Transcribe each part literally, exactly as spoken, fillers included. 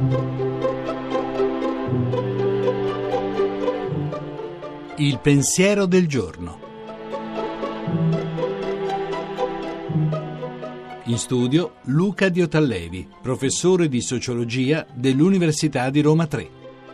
Il pensiero del giorno. In studio Luca Diotallevi, professore di sociologia dell'Università di Roma tre.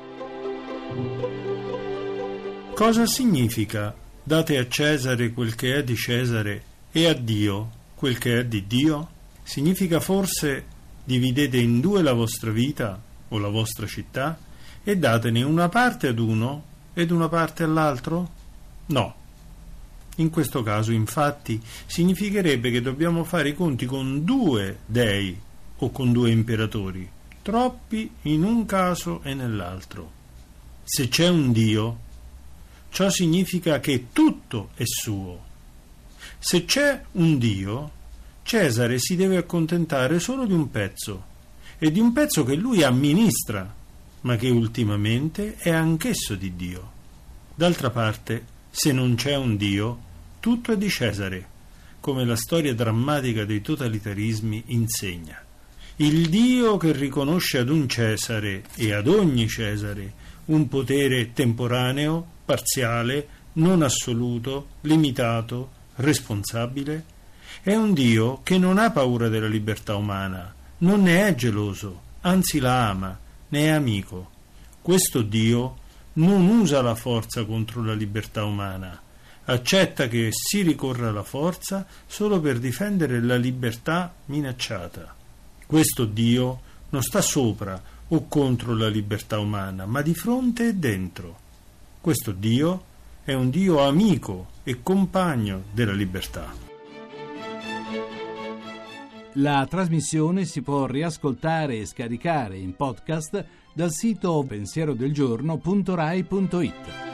Cosa significa date a Cesare quel che è di Cesare e a Dio quel che è di Dio? Significa forse dividete in due la vostra vita o la vostra città e datene una parte ad uno ed una parte all'altro? No. In questo caso, infatti, significherebbe che dobbiamo fare i conti con due dei o con due imperatori, troppi in un caso e nell'altro. Se c'è un Dio, ciò significa che tutto è suo. Se c'è un Dio, Cesare si deve accontentare solo di un pezzo, e di un pezzo che lui amministra, ma che ultimamente è anch'esso di Dio. D'altra parte, se non c'è un Dio, tutto è di Cesare, come la storia drammatica dei totalitarismi insegna. Il Dio che riconosce ad un Cesare e ad ogni Cesare un potere temporaneo, parziale, non assoluto, limitato, responsabile, è un Dio che non ha paura della libertà umana, non ne è geloso, anzi la ama, ne è amico. Questo Dio non usa la forza contro la libertà umana, accetta che si ricorra alla forza solo per difendere la libertà minacciata. Questo Dio non sta sopra o contro la libertà umana, ma di fronte e dentro. Questo Dio è un Dio amico e compagno della libertà. La trasmissione si può riascoltare e scaricare in podcast dal sito pensierodelgiorno punto rai punto it.